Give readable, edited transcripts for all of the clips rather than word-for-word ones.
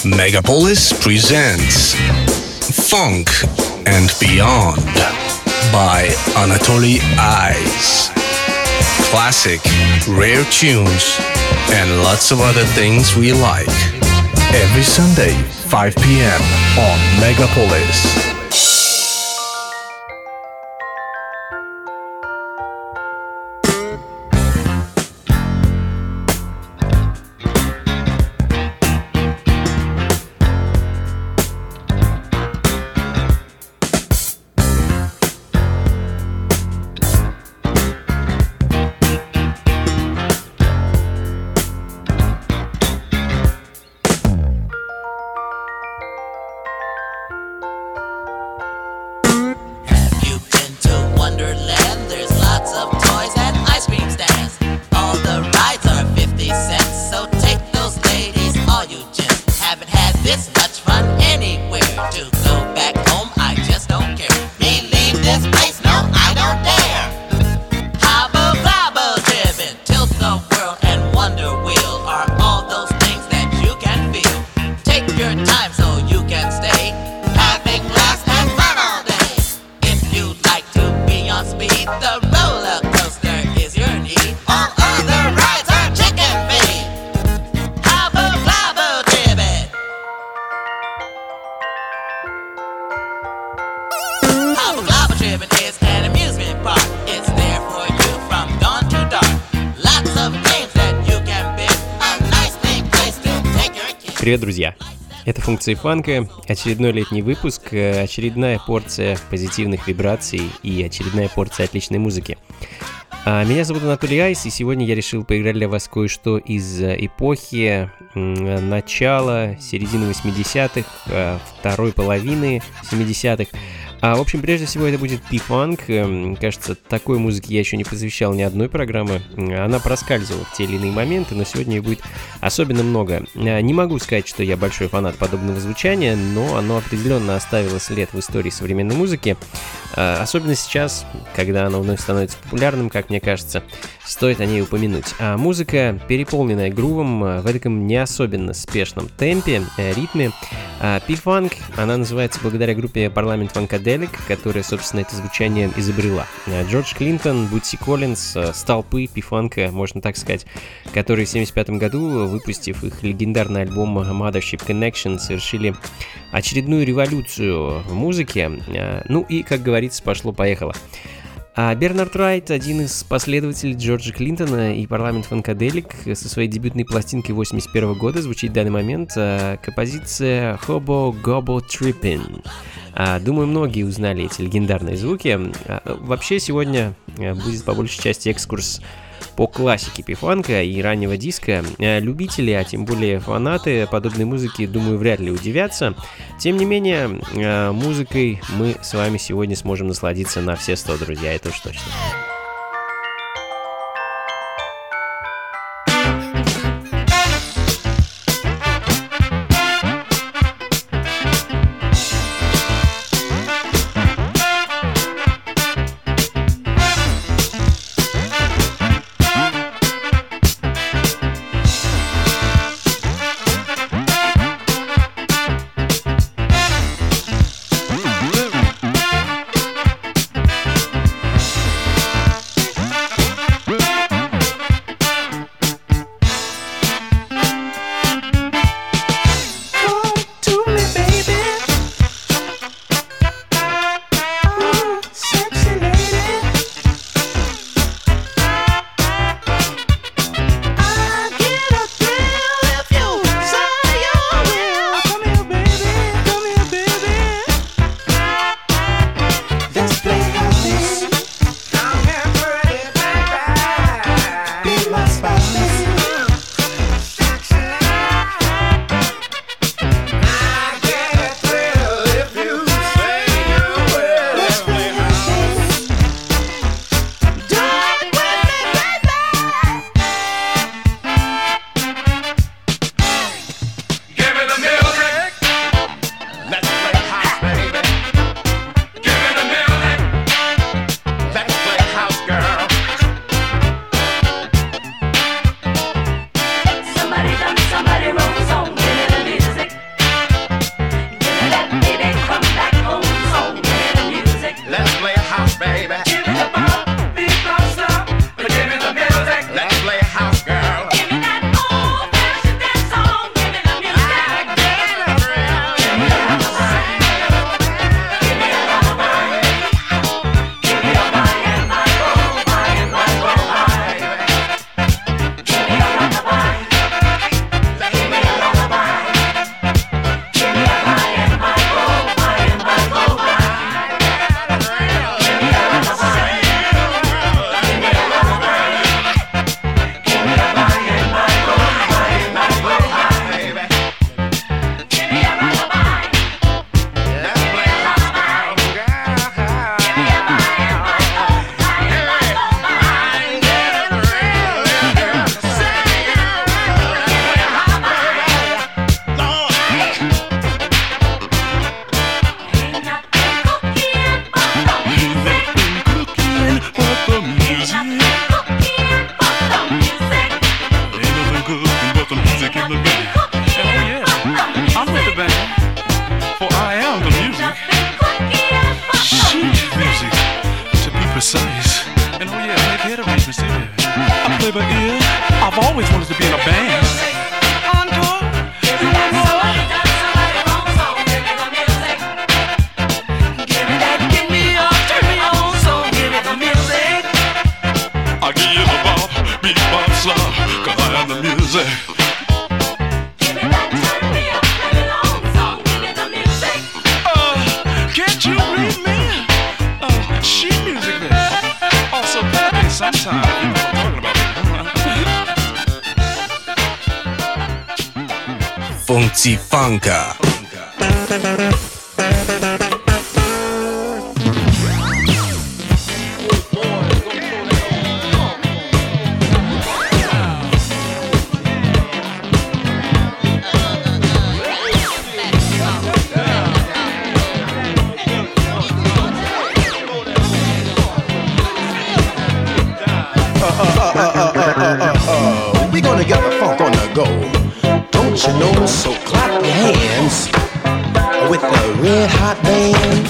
Megapolis presents Funk and Beyond by Anatoly Eyes. Classic, rare tunes, and lots of other things we like. Every Sunday, 5 p.m. on Megapolis. Привет, друзья! Это «Функции фанка», очередной летний выпуск, очередная порция позитивных вибраций и очередная порция отличной музыки. Меня зовут Анатолий Айс, и сегодня я решил поиграть для вас кое-что из эпохи начала, середины 80-х, второй половины 70-х. В общем, прежде всего, это будет P-Funk. Кажется, такой музыки я еще не посвящал ни одной программы. Она проскальзывала в те или иные моменты, но сегодня ее будет особенно много. Не могу сказать, что я большой фанат подобного звучания, но оно определенно оставило след в истории современной музыки. Особенно сейчас, когда оно вновь становится популярным, как мне кажется, стоит о ней упомянуть. Музыка, переполненная грувом, в этом не особенно спешном темпе, ритме. P-Funk, она называется благодаря группе Parliament Funkadelic, которая, собственно, это звучание изобрела. Джордж Клинтон, Бутси Коллинз, столпы P-Funk, можно так сказать, которые в 1975 году, выпустив их легендарный альбом Mothership Connection, совершили очередную революцию в музыке. Ну и, как говорится, пошло-поехало. Бернард Райт, один из последователей Джорджа Клинтона и Parliament Funkadelic, со своей дебютной пластинкой 1981 года звучит в данный момент композиция Hobo Gobo Trippin'. Думаю, многие узнали эти легендарные звуки. Вообще, сегодня будет по большей части экскурс по классике P-Funk и раннего диска. Любители, а тем более фанаты подобной музыки, думаю, вряд ли удивятся. Тем не менее, музыкой мы с вами сегодня сможем насладиться на все 100, друзья, это уж точно. but the music in the band. And oh yeah, I'm with the band, for I am the music. Sheet music, to be precise. And oh yeah, make head arrangements here. I play by ear. I've always wanted to be in a band. Encore. I give you the bop, beat, bop, slop, 'cause I am the music. Can't you read me? Sheet music there. Also play sometime. You know what I'm talking about. Funky Funka. We gonna get the funk on the go. Don't you know? So clap your hands with the red hot band.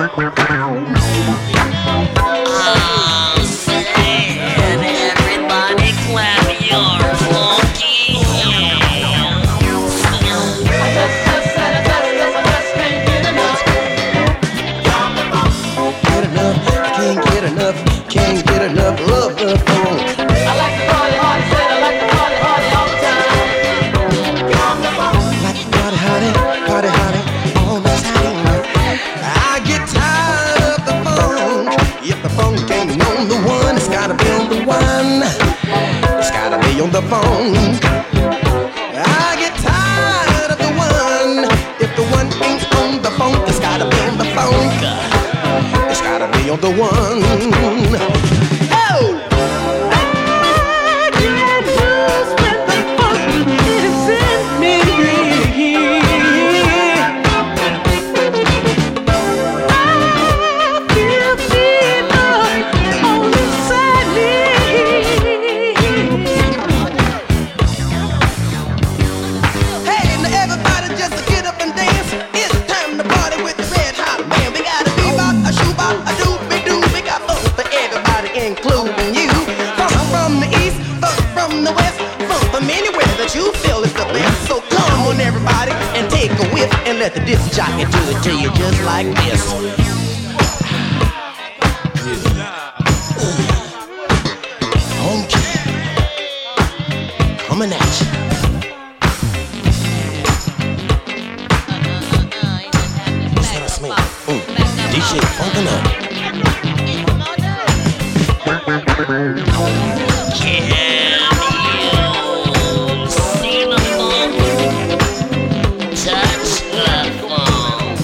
Everybody clap your funky hands. Get enough, can't get enough, can't get enough of the funk. I like to party hard, said I like to party hard all the time. Like to party hardy all the time. I get tired of the funk. If the funk ain't on the one, it's gotta be on the one. It's gotta be on the funk. I get tired of the one. If the one ain't on the funk, it's gotta be on the funk. It's gotta be on the one. Oh! Including you, from the east, from the west, from anywhere that you feel is the best. So come on, everybody, and take a whiff and let the disc jockey do it to you just like this. Okay, coming at you. DJ funkin' up. Can you see the funk? Touch the funk.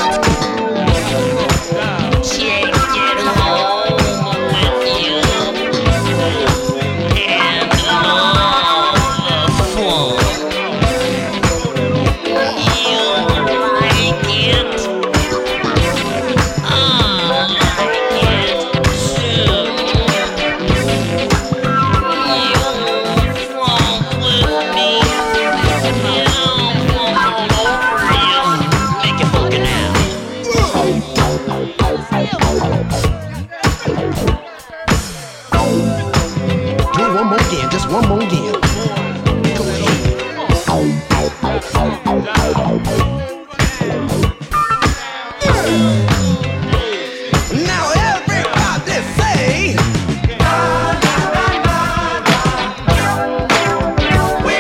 Take it home with you and love the funk. You like it. I like it too. Just one more again. Go ahead. Now everybody say, we're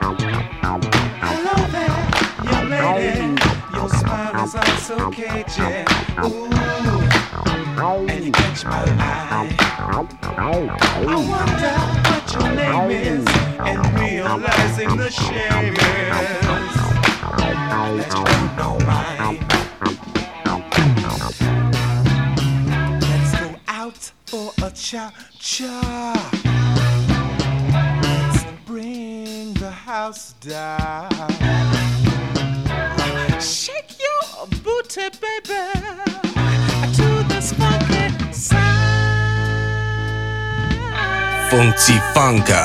Hello there, young lady. Your smile is also cagey. Ooh, and you catch my eye. I wonder what your name is, and realizing the shame is that you don't know mine. Let's go out for a cha-cha. Let's bring the house down. Shake your booty, baby, to this funky sound. Funky Funka.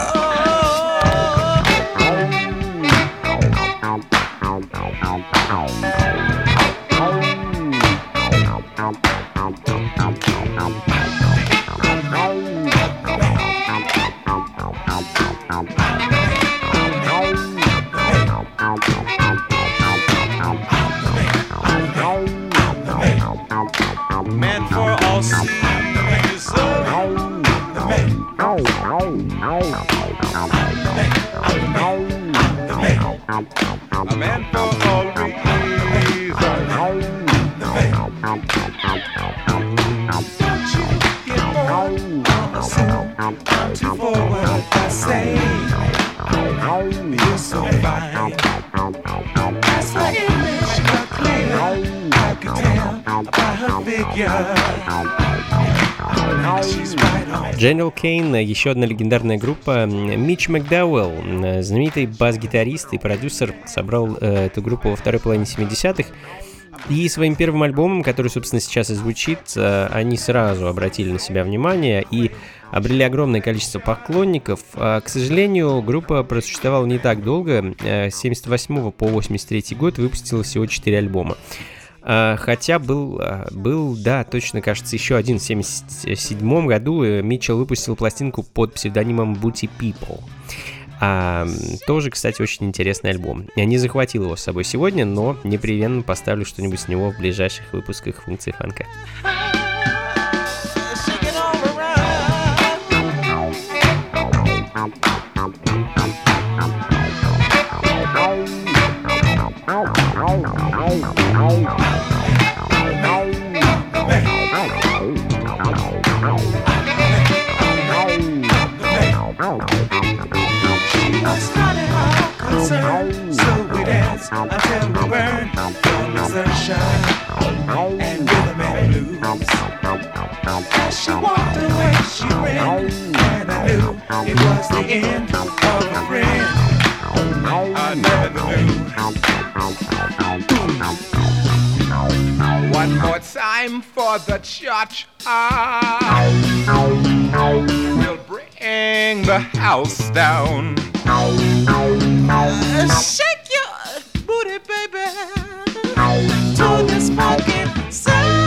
Man for all seasons. A man for all reasons. Don't you get bored on the soul. I'm too forward, I say. You're so fine. As her image got clear, I could tell by her figure. She's right on. General Kane, еще одна легендарная группа. Митч Макдауэлл, знаменитый бас-гитарист и продюсер, собрал эту группу во второй половине 70-х. И своим первым альбомом, который, собственно, сейчас и звучит, они сразу обратили на себя внимание и обрели огромное количество поклонников. К сожалению, группа просуществовала не так долго. С 78 по 83 год выпустила всего 4 альбома. Хотя был, да, точно, кажется, еще один в 1977 году. Митчелл выпустил пластинку под псевдонимом Booty People. Тоже, кстати, очень интересный альбом. Я не захватил его с собой сегодня, но непременно поставлю что-нибудь с него в ближайших выпусках функции фанка. So we dance until we burn from the sunshine and rhythm and blues. As she walked away, she ran, and I knew it was the end of a friend. I never knew. One more time for the church. We'll bring the house down. Shake your booty, baby, to this funky sound.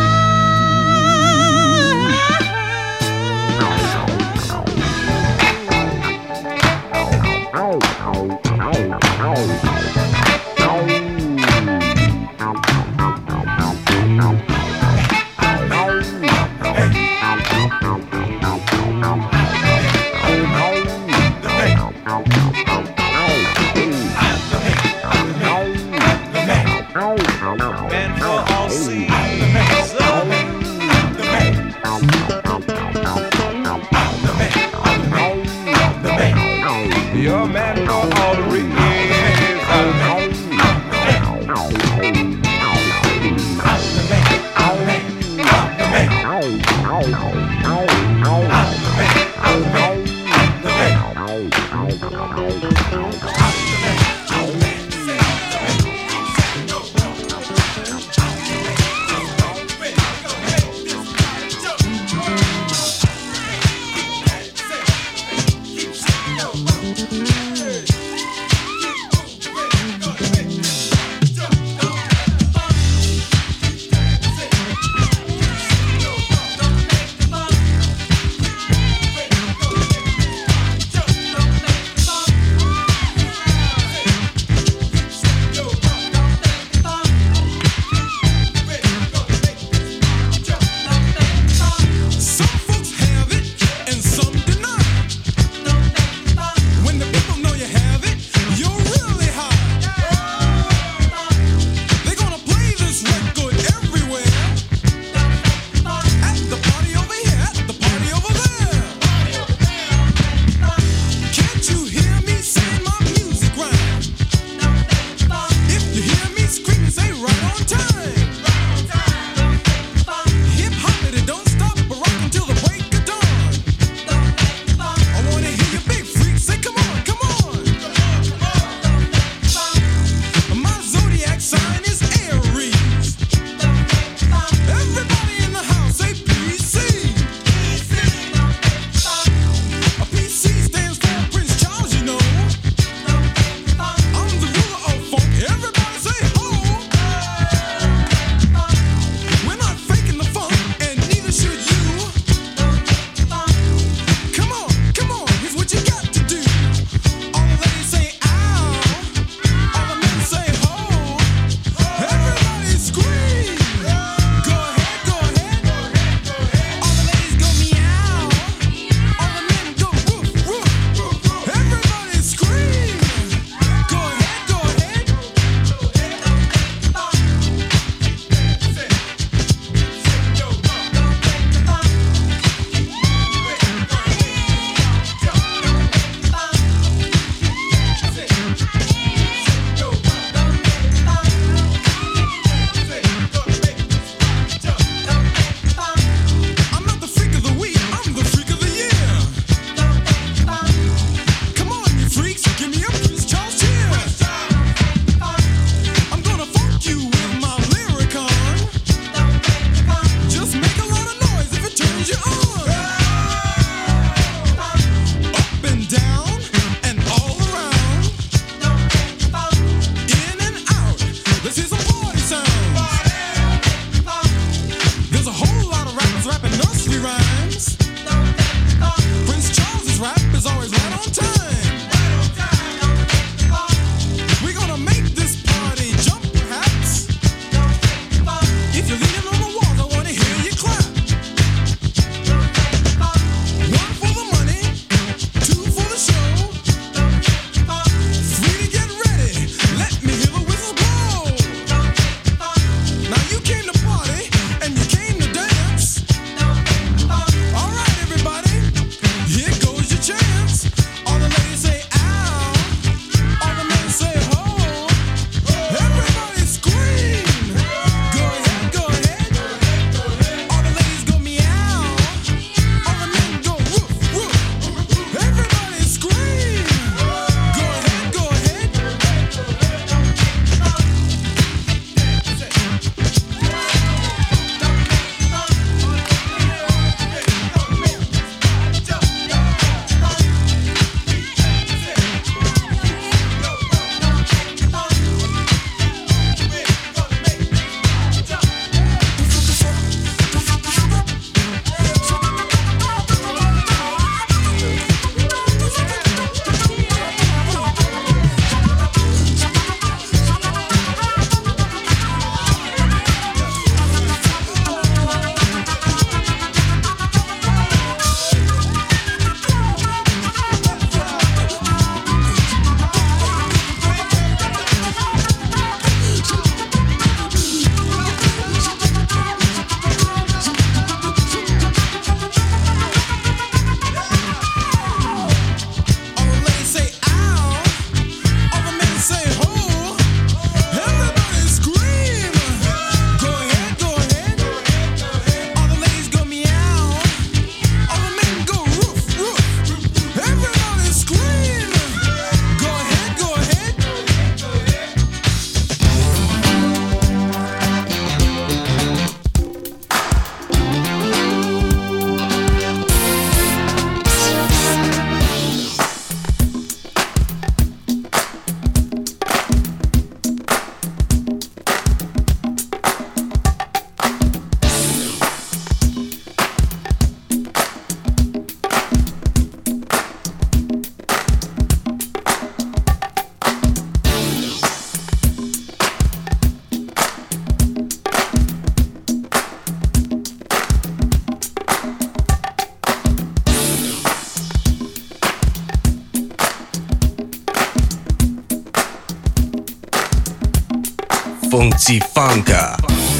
Funky Funka.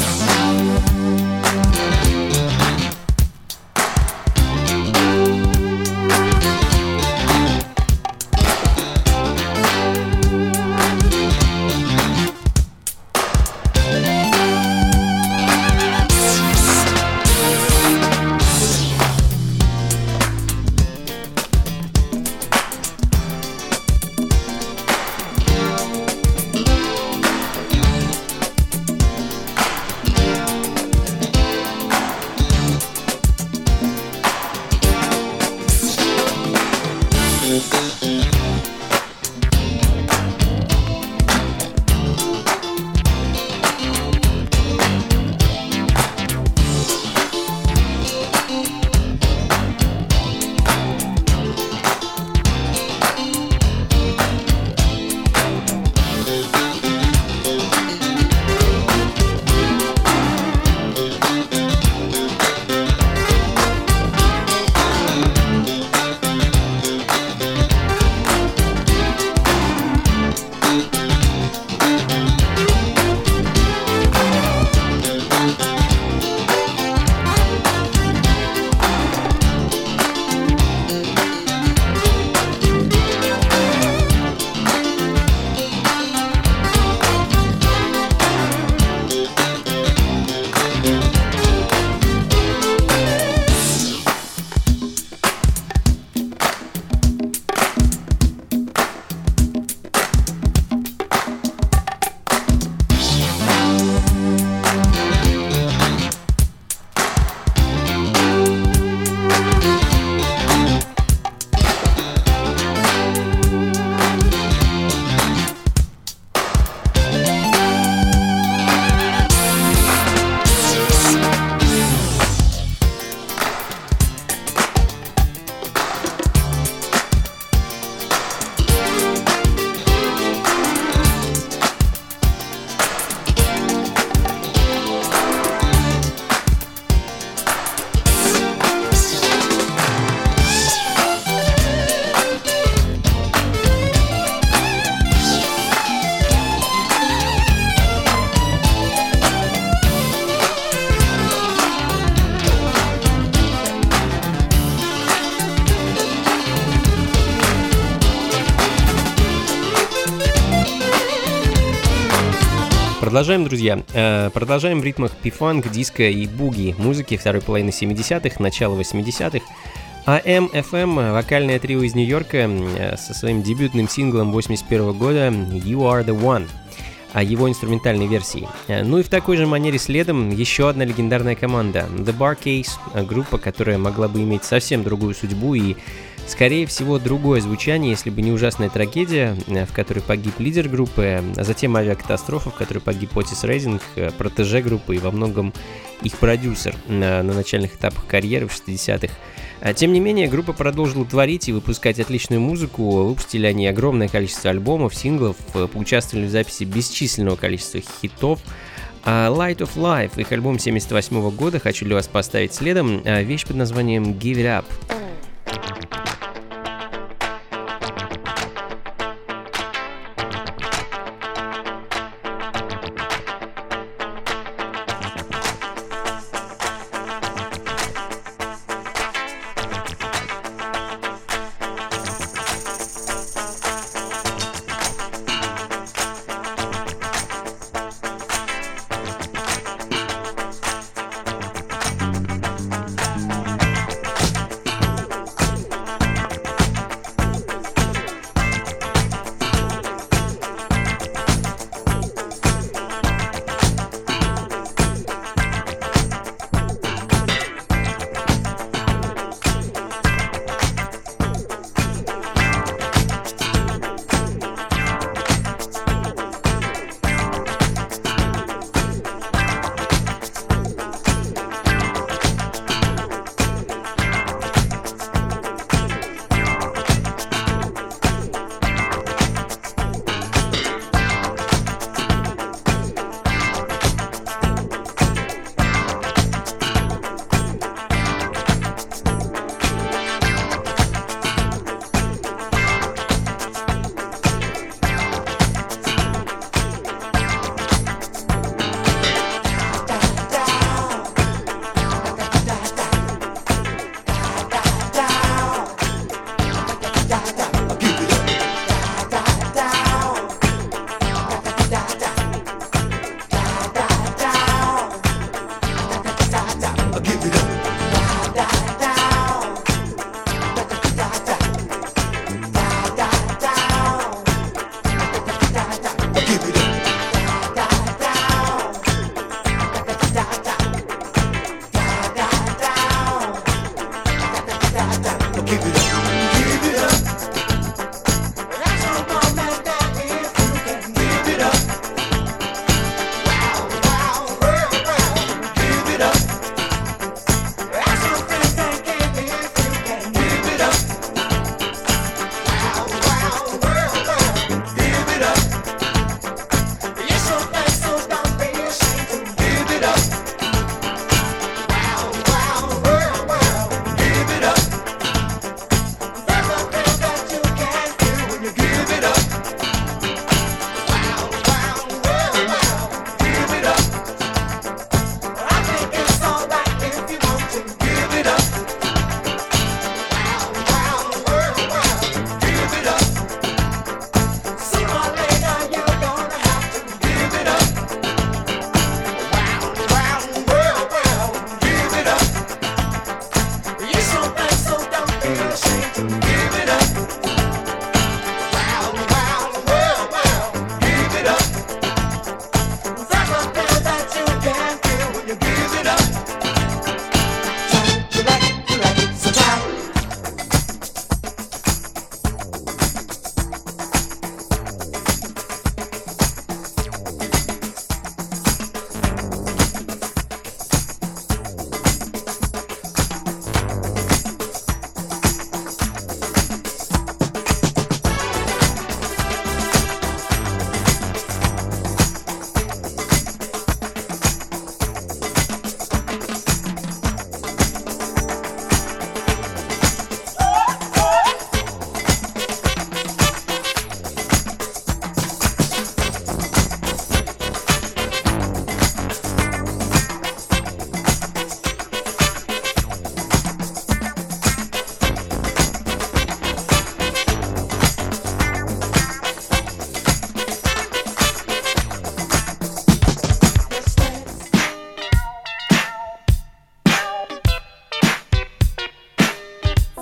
Продолжаем, друзья. Продолжаем в ритмах пи-фанк, диско и буги, музыки второй половины 70-х, начала 80-х. AM/FM, вокальное трио из Нью-Йорка, со своим дебютным синглом 81 года «You Are The One», о его инструментальной версии. Ну и в такой же манере следом еще одна легендарная команда The Bar-Kays, группа, которая могла бы иметь совсем другую судьбу и, скорее всего, другое звучание, если бы не ужасная трагедия, в которой погиб лидер группы, а затем авиакатастрофа, в которой погиб Отис Рейдинг, протеже группы и во многом их продюсер на начальных этапах карьеры в 60-х. Тем не менее, группа продолжила творить и выпускать отличную музыку. Выпустили они огромное количество альбомов, синглов, поучаствовали в записи бесчисленного количества хитов. Light of Life, их альбом 78 года, хочу для вас поставить следом вещь под названием Give It Up.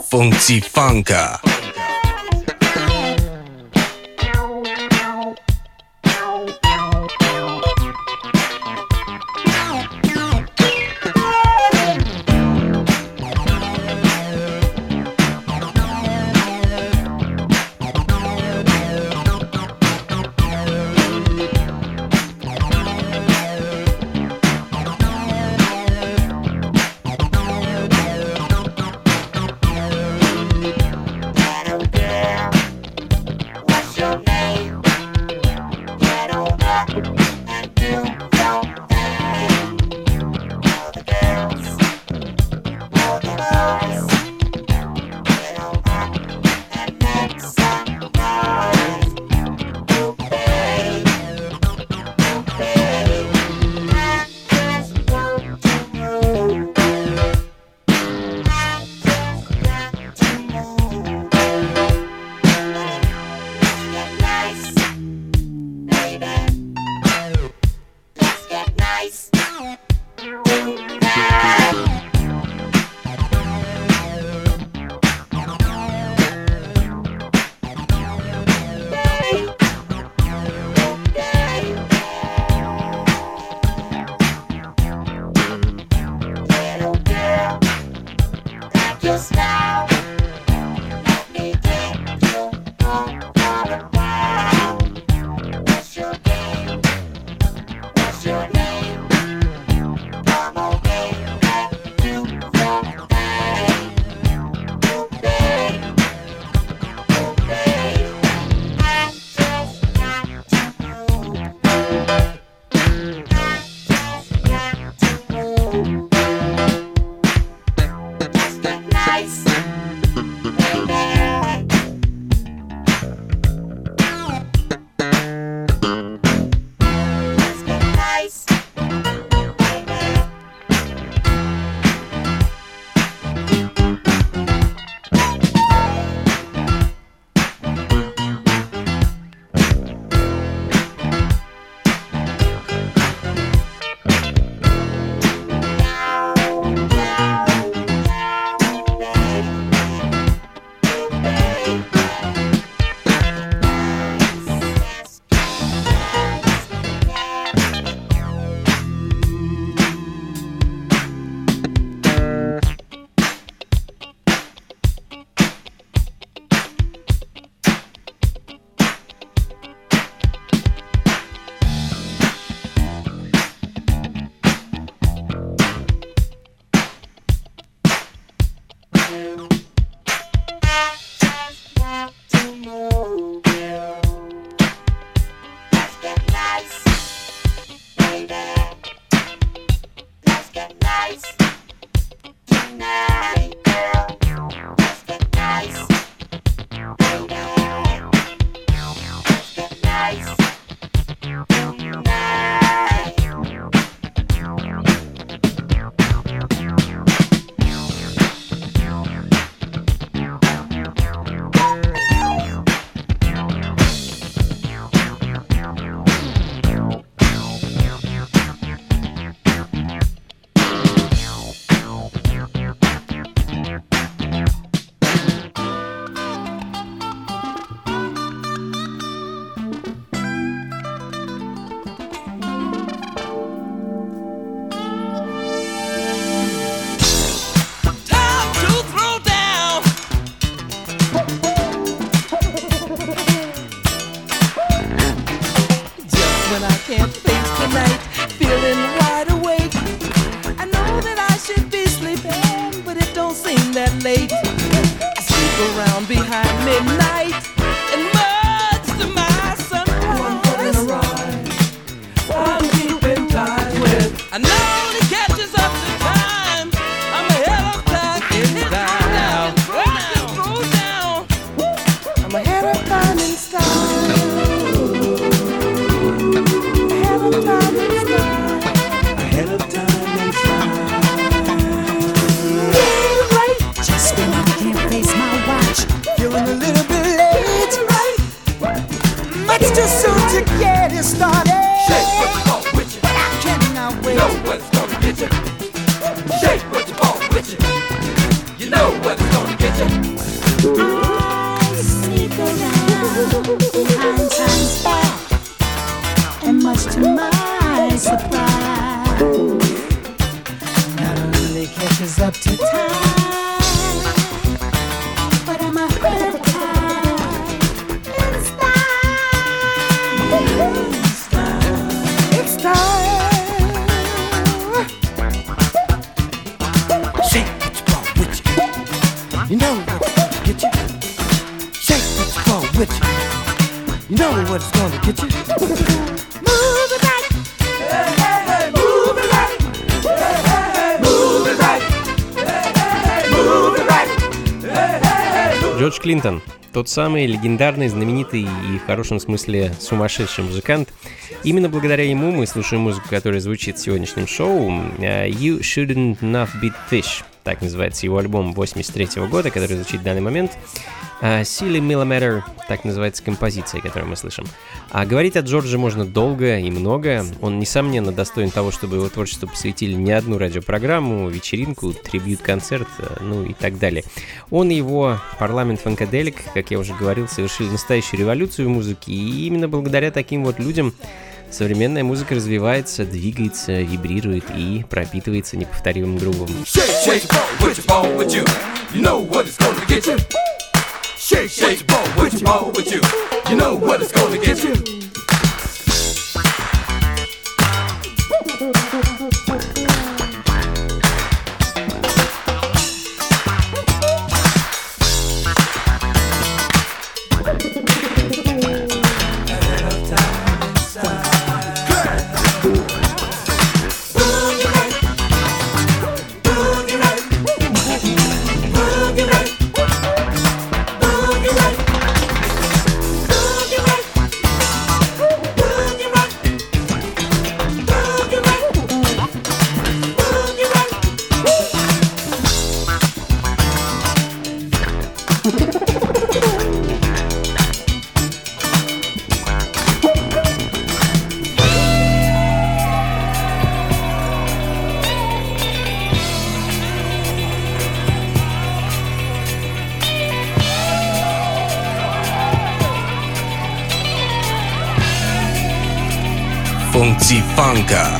Funky Funka. It's too soon to get it started. But I cannot wait. be surprised. Not only catches up to time, but I'm a herd time. In style. It's style. Shake what you brought with you. You know what's gonna get you. Shake what you brought with you. You know what's gonna get you. Move it right. Hey, hey, hey. Move it right. Hey, hey, hey. Move it right. Hey, hey, hey. Move it right. Hey, hey, hey. Джордж Клинтон, тот самый легендарный, знаменитый и в хорошем смысле сумасшедший музыкант. Именно благодаря ему мы слушаем музыку, которая звучит в сегодняшнем шоу. You Shouldn't Not Beat Fish. Так называется его альбом 83 года, который звучит в данный момент. Silly Millimeter, так называется композиция, которую мы слышим. А говорить о Джордже можно долго и много. Он, несомненно, достоин того, чтобы его творчеству посвятили не одну радиопрограмму, вечеринку, трибьют-концерт, ну и так далее. Он и его парламент Funkadelic, как я уже говорил, совершили настоящую революцию в музыке, и именно благодаря таким вот людям современная музыка развивается, двигается, вибрирует и пропитывается неповторимым грувом. Shake your ball with your ball with you. You know what it's gonna get you. Shake your ball with your ball with you. You know what it's gonna get you. Funky Funka.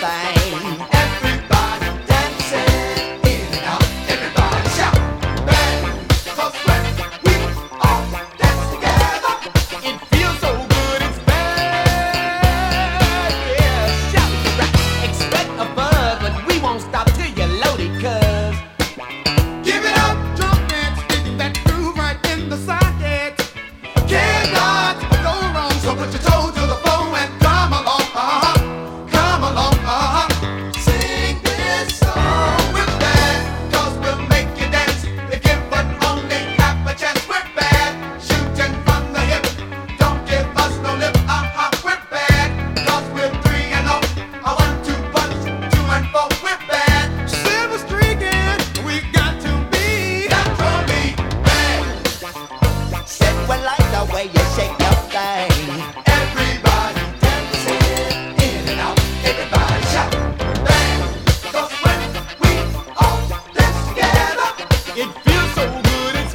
thing. Everybody dancing in and out. Everybody shout, bang. 'Cause when we all dance together, it feels so good, it's bad. Yeah, shout it right. Expect a buzz, but we won't stop till you're loaded, 'cause give it up, jump and stick that groove right in the socket. Cannot go wrong, so put your toe to the floor and come along, come along, sing this song. We're bad, 'cause we'll make you dance. If given only half a chance, we're bad. Shooting from the hip, don't give us no lip, we're bad, 'cause we're 3-0. 1-2 punch, 2 and 4, we're bad. Silver streaking, we got to be naturally bad. Said we like the way you shake your thing. Everybody dancing in and out. Everybody shout, bang. 'Cause when we all dance together, it feels so good, it's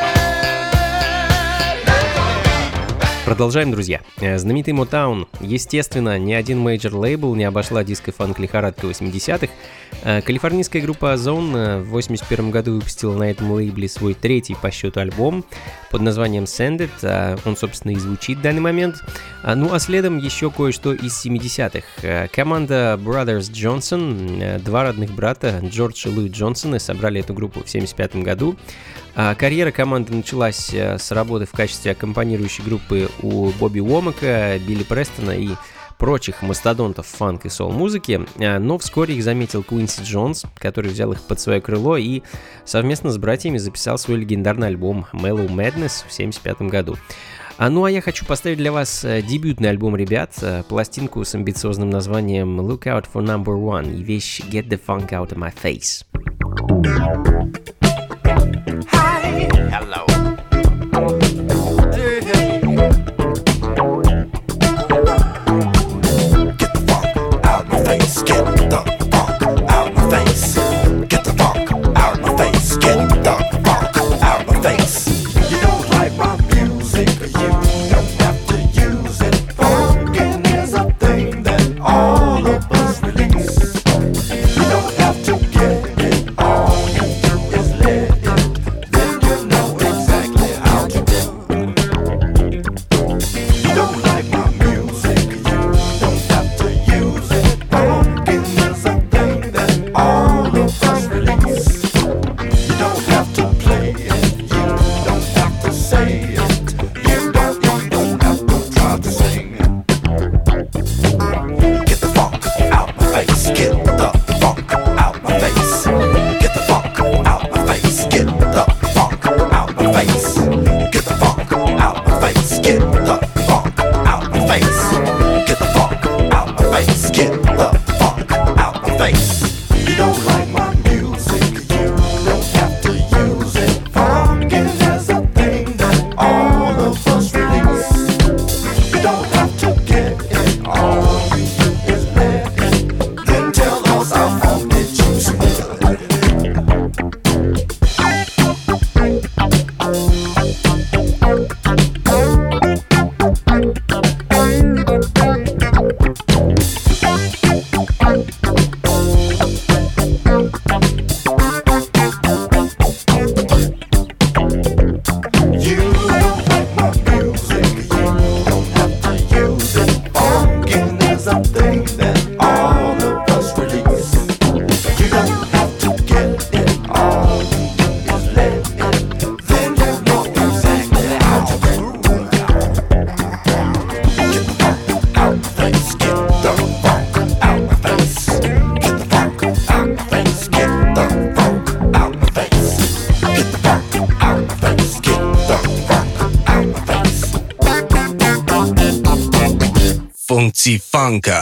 bad. Продолжаем, друзья. Знаменитый Motown. Естественно, ни один мейджор-лейбл не обошла диско-фанк-лихорадка 80-х. Калифорнийская группа Ozone в 81 году выпустила на этом лейбле свой третий по счету альбом под названием Send It. Он, собственно, и звучит в данный момент. Ну а следом еще кое-что из 70-х. Команда Brothers Johnson, два родных брата, Джордж и Луи Джонсоны, собрали эту группу в 75 году. Карьера команды началась с работы в качестве аккомпанирующей группы у Бобби Уомака, Билли Престона и прочих мастодонтов фанк и соул-музыки, но вскоре их заметил Куинси Джонс, который взял их под свое крыло и совместно с братьями записал свой легендарный альбом Mellow Madness в 1975 году. Ну а я хочу поставить для вас дебютный альбом ребят, пластинку с амбициозным названием Look Out for Number One и вещь Get the Funk Out of My Face. Hi, hello. Get the funk out my face. Get the funk out my face. Get the funk out my face. You don't like my music, you don't have to use it. Funkin' is a thing that all of us release. You don't have to get it, all you do is let it. Then you know exactly how to do. You don't like my music, you don't have to use it. Funkin' is a thing that all of us release. You don't have to play it, you don't have to say it. You don't have to try to sing it. Get the funk out my face, get the funk out my face. Get the funk out my face, get the funk out my face. Get the funk out my face, get the funk out my face. Get the funk out my face, get the funk out my face. You don't like my music, you don't have to use it. Funkin' is a thing that all of us release. You don't have to get it, all you do is let it. Then tell us how funk did you smell it. You don't like my music, you don't have to use it. Funkin' is a thing that all of us release. You don't have to get it, all you do is let it. Then you know exactly how to groove. Get the funk out my face, get the funk out my face. Get the funk out my face, get the funk out my face. Get the funk out my face, get the funk out my face. Funzifanka.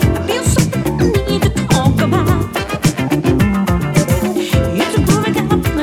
Feel something I need to talk about. It's a groovy kind of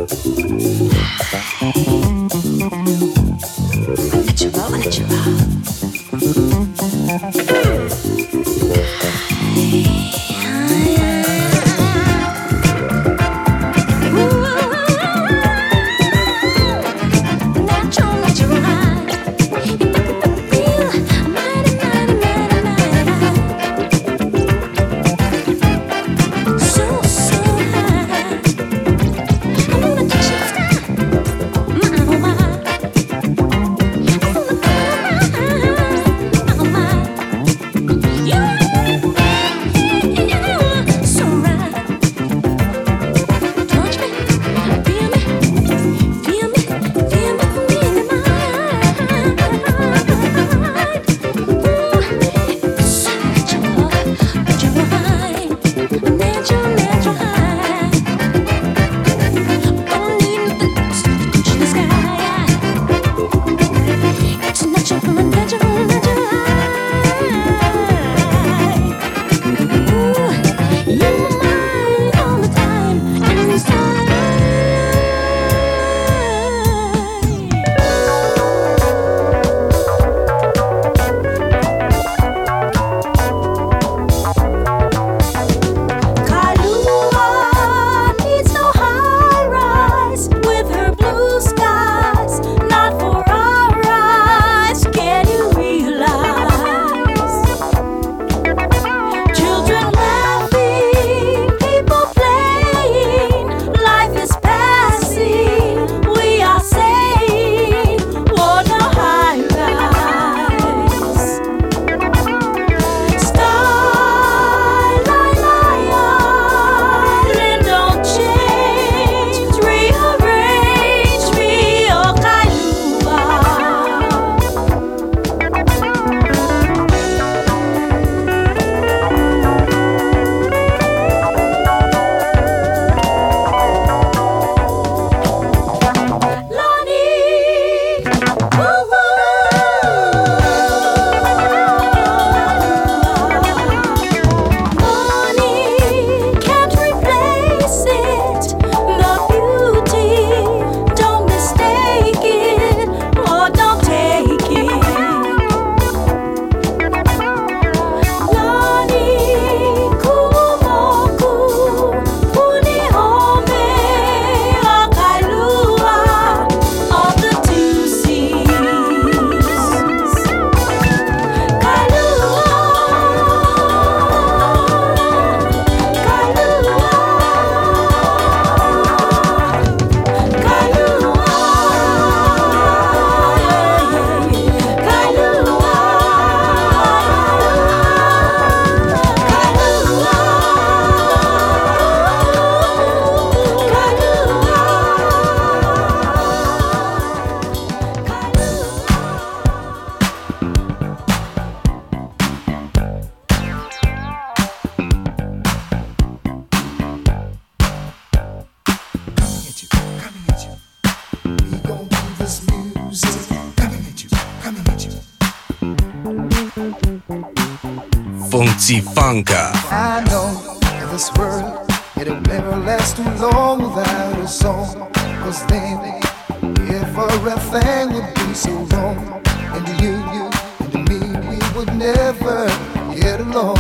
Funka. I know this world, it'll never last too long without a song. Cause then, if everything would be so wrong, and you and me, we would never get along.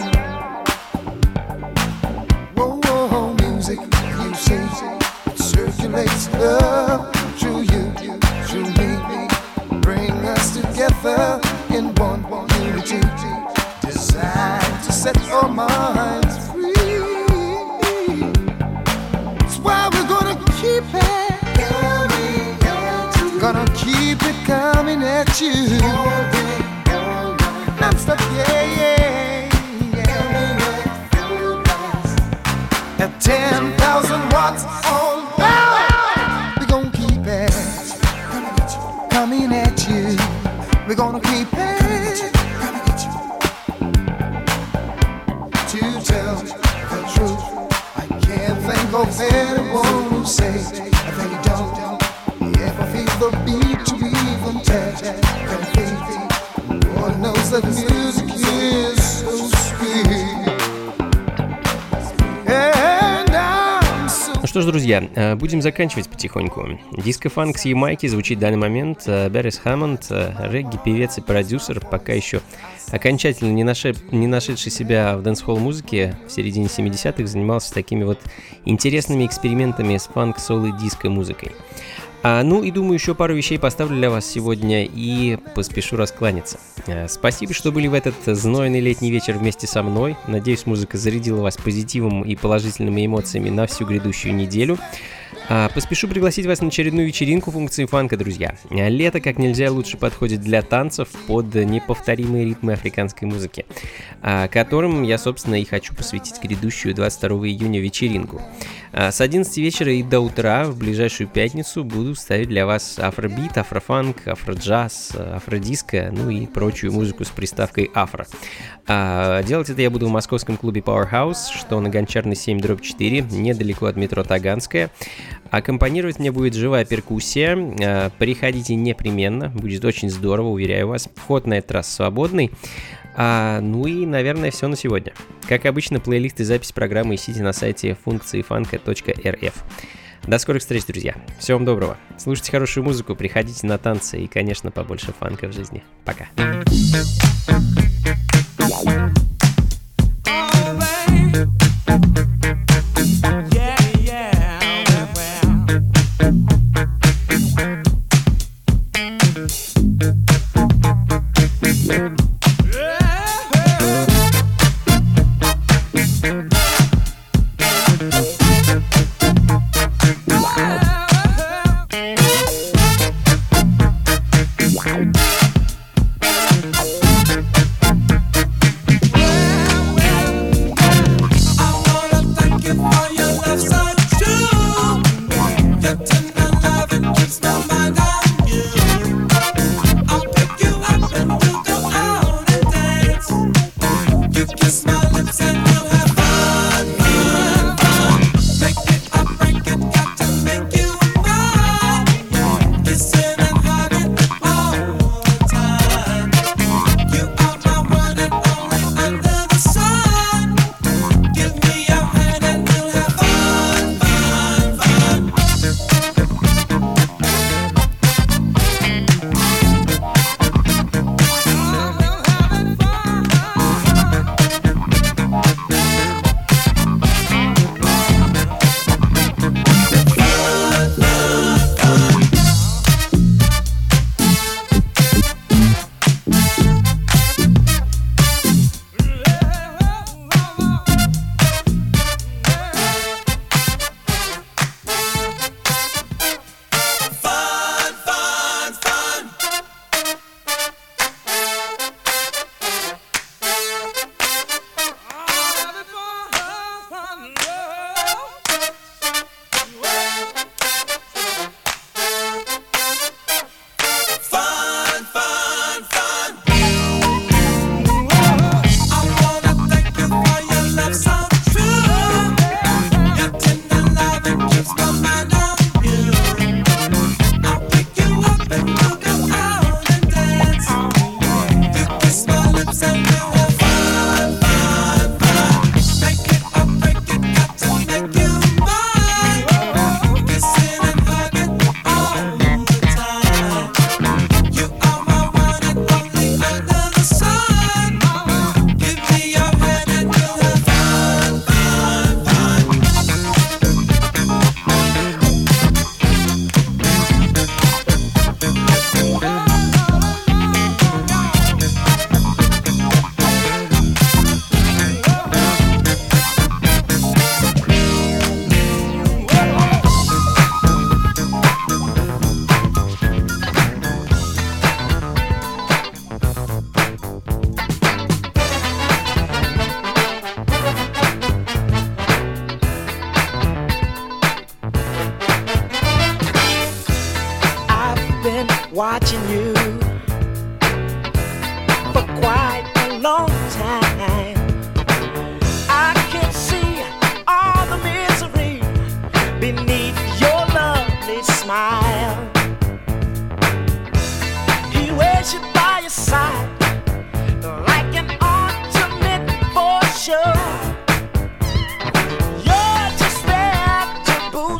Whoa, whoa, music, you say, it circulates love through you, through me, bring us together in one unity. Designed to set our minds free. That's why we're gonna keep it coming at you. Gonna keep it coming at you. Non-stop, yeah. At 10,000 watts on power, we're gonna keep it coming at you. We're gonna keep it. To tell the truth, I can't think of anyone who says that they don't. If I feel the beat to even touch that feet, Lord knows that music is so sweet. And I'm so что ж, друзья, будем заканчивать потихоньку. Диско-фанк с Ямайки звучит в данный момент. Беррис Хаммонд, регги-певец и продюсер, пока еще окончательно не нашедший себя в дэнс-холл музыке, в середине 70-х занимался такими вот интересными экспериментами с фанк, соло и диско-музыкой. Ну и думаю, еще пару вещей поставлю для вас сегодня и поспешу раскланяться. Спасибо, что были в этот знойный летний вечер вместе со мной. Надеюсь, музыка зарядила вас позитивом и положительными эмоциями на всю грядущую неделю. Поспешу пригласить вас на очередную вечеринку функции фанка, друзья. Лето как нельзя лучше подходит для танцев под неповторимые ритмы африканской музыки, которым я, собственно, и хочу посвятить грядущую 22 июня вечеринку. С 11 вечера и до утра в ближайшую пятницу буду ставить для вас афробит, афрофанк, афроджаз, афродиско, ну и прочую музыку с приставкой афро. Делать это я буду в московском клубе Powerhouse, что на Гончарной 7/4, недалеко от метро Таганская. Аккомпанировать мне будет живая перкуссия. Приходите непременно, будет очень здорово, уверяю вас. Вход на этот раз свободный. Ну и, наверное, все на сегодня. Как обычно, плейлист и запись программы ищите на сайте функциифанка.рф. До скорых встреч, друзья. Всего вам доброго. Слушайте хорошую музыку, приходите на танцы и, конечно, побольше фанка в жизни. Пока. Watching you for quite a long time. I can see all the misery beneath your lovely smile. He wears you by your side like an ultimate for sure. You're just there to boost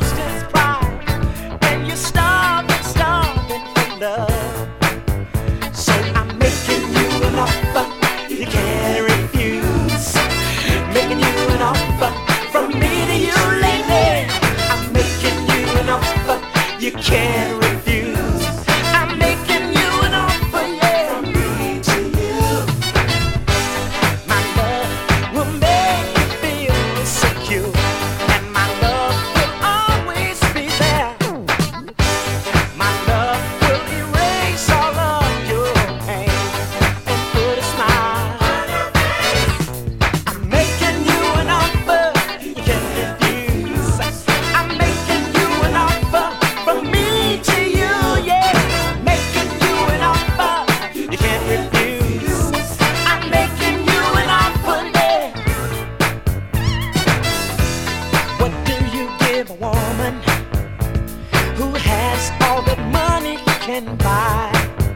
who has all the money he can buy.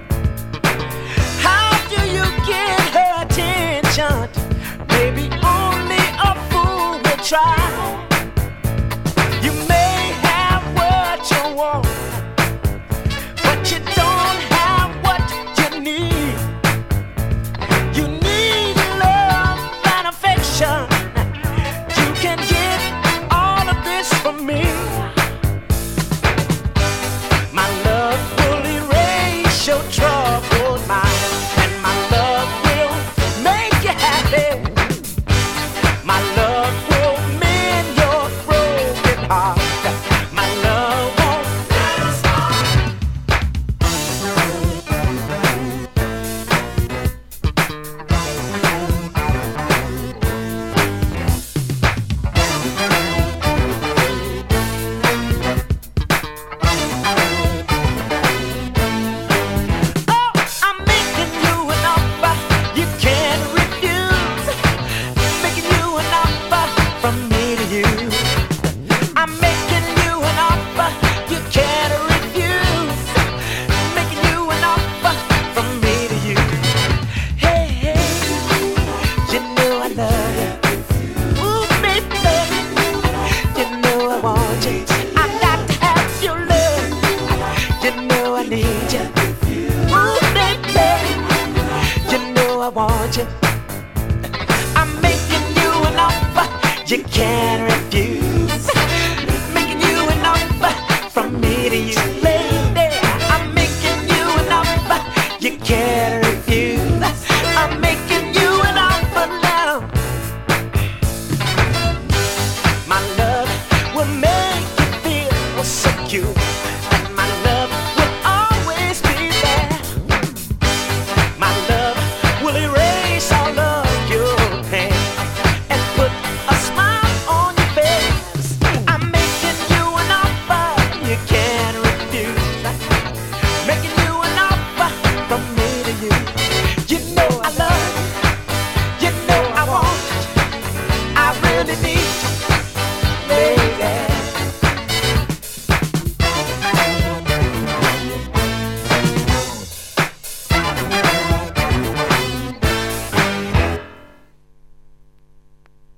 How do you get her attention? Maybe only a fool will try. You may have what you want, but you don't have what you need. You need love and affection. You can get all of this from me. My love will erase your troubled mind, and my love will make you happy. My love will mend your broken heart. My love won't never stop. Oh, I'm making you an offer you can't refuse. Making you an offer from me to you. I'm making you an offer you can't refuse. Making you an offer from me to you. Hey, hey, you know I love you. Ooh, baby, you know I want you. I got to have your love. You know I need you. Ooh, baby, you know I want you. I'm making you an offer you can't refuse. Making you an offer from me to you, lady. I'm making you an offer you can't refuse. I'm making you an offer now. My love will make you feel secure.